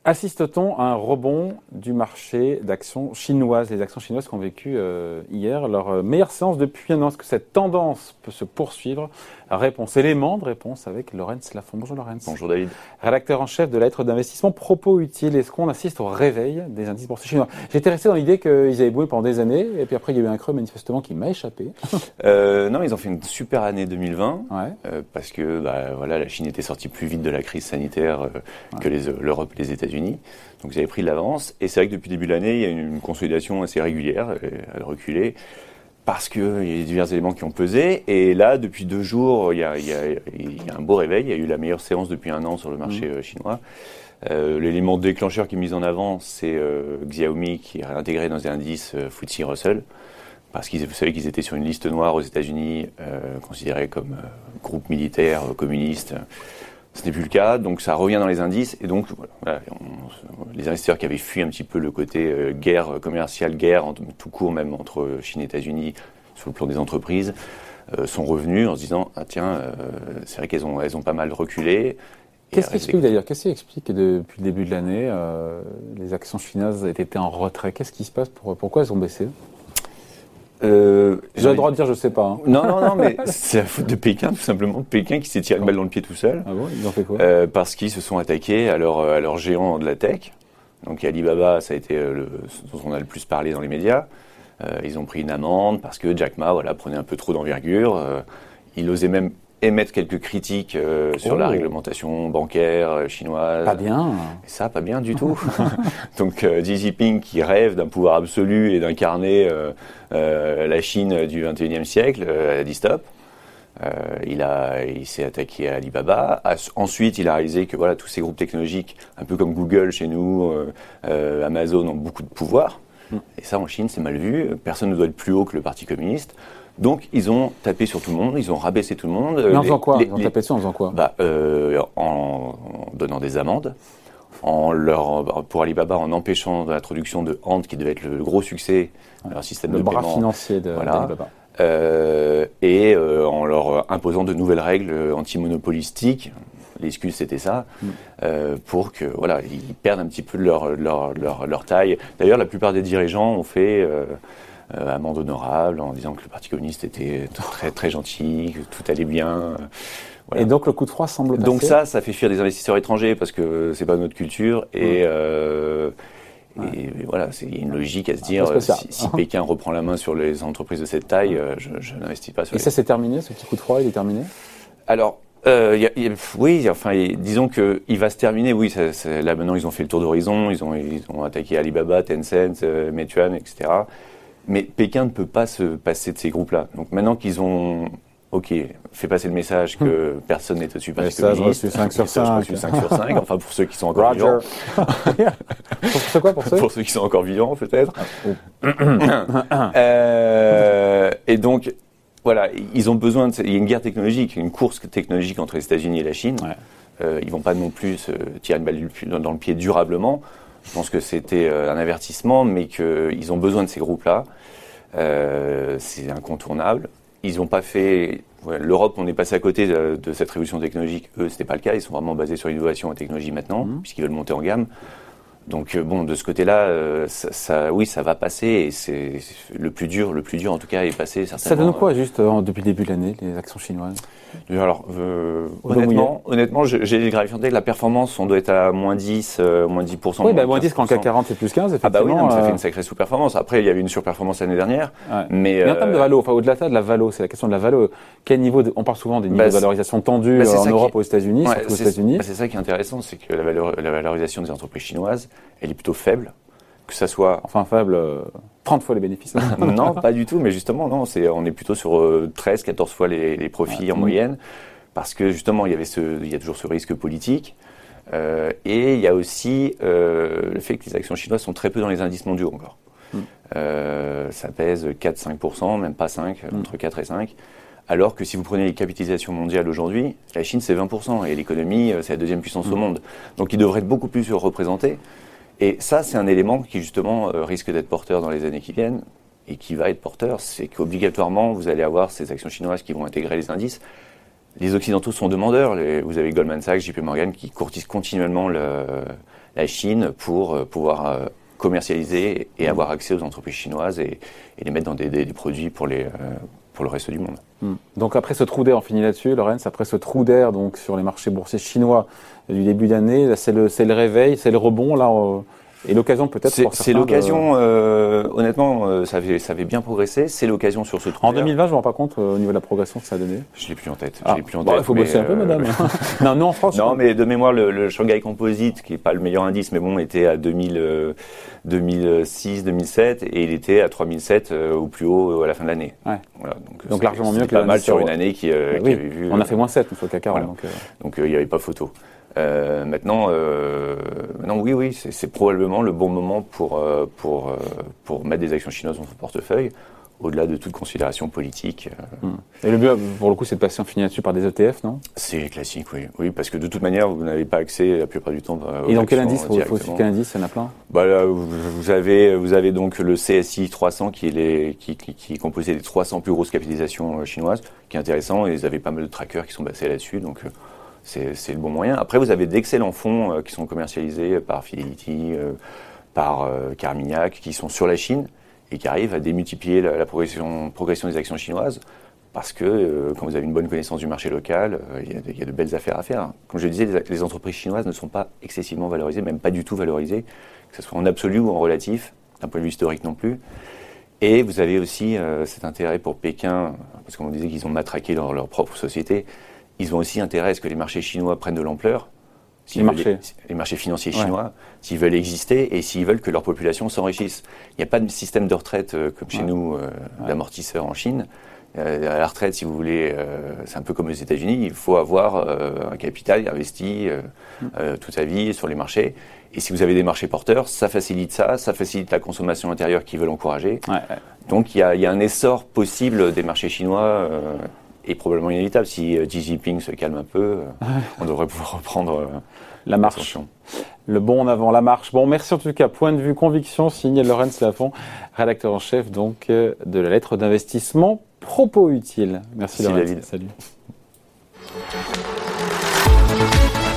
Assiste-t-on à un rebond du marché d'actions chinoises? Les actions chinoises qui ont vécu hier leur meilleure séance depuis un an. Est-ce que cette tendance peut se poursuivre? Réponse, élément de réponse avec Laurence Lafont. Bonjour Laurence. Bonjour David. Rédacteur en chef de la lettre d'investissement Propos Utiles. Est-ce qu'on assiste au réveil des indices boursiers chinois? J'étais resté dans l'idée qu'ils avaient bougé pendant des années et puis après il y a eu un creux manifestement qui m'a échappé. Non, ils ont fait une super année 2020 parce que la Chine était sortie plus vite de la crise sanitaire que l'Europe et les États-Unis. Donc ils avaient pris de l'avance et c'est vrai que depuis le début de l'année, il y a une consolidation assez régulière, elle reculait. Parce qu'il y a divers éléments qui ont pesé. Et là, depuis 2 jours, il y a un beau réveil. Il y a eu la meilleure séance depuis un an sur le marché chinois. L'élément déclencheur qui est mis en avant, c'est Xiaomi qui est intégré dans un indice FTSE Russell. Parce qu'ils, vous savez qu'ils étaient sur une liste noire aux États-Unis, considérés comme groupe militaire communiste. Ce n'est plus le cas, donc ça revient dans les indices. Et donc, les investisseurs qui avaient fui un petit peu le côté guerre commerciale, tout court même entre Chine et États-Unis, sur le plan des entreprises, sont revenus en se disant c'est vrai qu'elles ont pas mal reculé. Qu'est-ce qui explique d'ailleurs? Qu'est-ce qui explique que depuis le début de l'année, les actions chinoises aient été en retrait? Qu'est-ce qui se passe? Pourquoi elles ont baissé? J'ai le droit de dire je sais pas. Non, mais c'est la faute de Pékin, tout simplement. Pékin qui s'est tiré une balle dans le pied tout seul. Ah bon, ils ont fait quoi? Parce qu'ils se sont attaqués à leur géant de la tech. Donc Alibaba, ça a été ce dont on a le plus parlé dans les médias. Ils ont pris une amende parce que Jack Ma prenait un peu trop d'envergure. Il osait même émettre quelques critiques sur la réglementation bancaire chinoise. Pas bien. Et ça, pas bien du tout. Donc Xi Jinping qui rêve d'un pouvoir absolu et d'incarner la Chine du XXIe siècle a dit stop. Il s'est attaqué à Alibaba. Ensuite, il a réalisé que tous ces groupes technologiques, un peu comme Google chez nous, Amazon, ont beaucoup de pouvoir. Et ça, en Chine, c'est mal vu. Personne ne doit être plus haut que le Parti communiste. Donc, ils ont tapé sur tout le monde, ils ont rabaissé tout le monde. Mais en faisant quoi? Ils ont tapé dessus en faisant quoi? En donnant des amendes. Pour Alibaba, en empêchant l'introduction de Ant, qui devait être le gros succès de leur système de paiement. Le bras financier d'Alibaba. Et en leur imposant de nouvelles règles antimonopolistiques. L'excuse, c'était ça, pour que ils perdent un petit peu de leur taille. D'ailleurs, la plupart des dirigeants ont fait amende honorable en disant que le Parti communiste était très très gentil, que tout allait bien. Et donc le coup de froid semble passer. Donc ça fait fuir des investisseurs étrangers parce que c'est pas notre culture et il y a une logique à se dire si Pékin reprend la main sur les entreprises de cette taille, je n'investis pas sur. Et ça c'est terminé, ce petit coup de froid, il est terminé? Alors. Disons que il va se terminer. Oui, là maintenant ils ont fait le tour d'horizon, ils ont attaqué Alibaba, Tencent, Meituan, etc. Mais Pékin ne peut pas se passer de ces groupes-là. Donc maintenant qu'ils ont, fait passer le message que personne n'est au-dessus du Parti communiste. Message reçu 5 sur 5. 5 sur 5, enfin pour ceux qui sont encore vivants. Pour ceux qui sont encore vivants, peut-être. Et donc, ils ont besoin il y a une guerre technologique, une course technologique entre les États-Unis et la Chine. Ils vont pas non plus se tirer une balle dans le pied durablement. Je pense que c'était un avertissement, mais qu'ils ont besoin de ces groupes-là. C'est incontournable. Ils n'ont pas fait. L'Europe, on est passé à côté de cette révolution technologique. Eux, c'était pas le cas. Ils sont vraiment basés sur l'innovation et la technologie maintenant, puisqu'ils veulent monter en gamme. Donc de ce côté-là, ça va passer et c'est le plus dur en tout cas est passé certainement. Ça donne quoi juste depuis le début de l'année, les actions chinoises? Alors honnêtement, j'ai gratifié que la performance, on doit être à moins 10%. Oui, moins 10 quand le CAC 40 c'est plus 15, effectivement. Ça fait une sacrée sous-performance. Après, il y avait une surperformance l'année dernière. Mais en termes de valo, au-delà de la valo, c'est la question de la valo. Quel niveau on parle souvent des niveaux de valorisation tendus en Europe, aux États-Unis, surtout aux États-Unis. C'est ça qui est intéressant, c'est que la valorisation des entreprises chinoises, elle est plutôt faible, que ça soit... Enfin faible, 30 fois les bénéfices. Non, pas du tout, mais justement, on est plutôt sur 13, 14 fois les profits en moyenne, parce que justement, il y a toujours ce risque politique, et il y a aussi le fait que les actions chinoises sont très peu dans les indices mondiaux encore. Ça pèse 4-5%, même pas 5, entre 4 et 5. Alors que si vous prenez les capitalisations mondiales aujourd'hui, la Chine c'est 20%, et l'économie c'est la 2e puissance au monde. Donc ils devraient être beaucoup plus représentés. Et ça, c'est un élément qui, justement, risque d'être porteur dans les années qui viennent, et qui va être porteur, c'est qu'obligatoirement, vous allez avoir ces actions chinoises qui vont intégrer les indices. Les Occidentaux sont demandeurs. Vous avez Goldman Sachs, JP Morgan qui courtisent continuellement la Chine pour pouvoir commercialiser et avoir accès aux entreprises chinoises et les mettre dans des produits pour le reste du monde. Donc après ce trou d'air, on finit là-dessus, Laurence, après ce trou d'air donc sur les marchés boursiers chinois du début d'année, là, c'est le réveil, c'est le rebond, là, et l'occasion peut-être pour certains. C'est l'occasion, honnêtement, ça avait bien progressé, c'est l'occasion sur ce trou d'air. En 2020, je ne me rends pas compte au niveau de la progression que ça a donné. Je ne l'ai plus en tête. Il faut bosser un peu, madame. Non, nous en France. Non, mais de mémoire, le Shanghai Composite, qui n'est pas le meilleur indice, mais bon, était à 2006, 2007, et il était à 3007 au plus haut à la fin de l'année. Ouais. Voilà, donc largement mieux que pas mal sur une année qui avait vu. On a fait moins 7 sur le CAC 40. Voilà. Donc il n'y avait pas photo. Maintenant, oui, c'est probablement le bon moment pour mettre des actions chinoises dans son portefeuille, au-delà de toute considération politique. Et le but, pour le coup, c'est de passer en finir là-dessus par des ETF, non ? C'est classique, oui, parce que de toute manière, vous n'avez pas accès la plupart du temps. Et dans quel indice ? Il faut aussi quel indice ? Il y en a plein. Là, vous avez donc le CSI 300 qui est composé des 300 plus grosses capitalisations chinoises, qui est intéressant, et vous avez pas mal de trackers qui sont basés là-dessus, donc. C'est le bon moyen. Après, vous avez d'excellents fonds qui sont commercialisés par Fidelity, par Carmignac, qui sont sur la Chine et qui arrivent à démultiplier la progression des actions chinoises parce que quand vous avez une bonne connaissance du marché local, il y a de belles affaires à faire. Comme je le disais, les entreprises chinoises ne sont pas excessivement valorisées, même pas du tout valorisées, que ce soit en absolu ou en relatif, d'un point de vue historique non plus. Et vous avez aussi cet intérêt pour Pékin, parce qu'on disait qu'ils ont matraqué leur propre société. Ils ont aussi intérêt à ce que les marchés chinois prennent de l'ampleur. Les marchés financiers chinois, s'ils veulent exister et s'ils veulent que leur population s'enrichisse. Il n'y a pas de système de retraite comme chez nous, d'amortisseur en Chine. À la retraite, si vous voulez, c'est un peu comme aux États-Unis, il faut avoir un capital investi toute sa vie sur les marchés. Et si vous avez des marchés porteurs, ça facilite la consommation intérieure qu'ils veulent encourager. Donc il y a un essor possible des marchés chinois et probablement inévitable. Si Xi Jinping se calme un peu, on devrait pouvoir reprendre la marche. Le bond en avant, la marche. Bon, merci en tout cas. Point de vue, conviction, signé Laurence Lafont, rédacteur en chef donc de la lettre d'investissement Propos Utiles. Merci Laurence. David. Salut.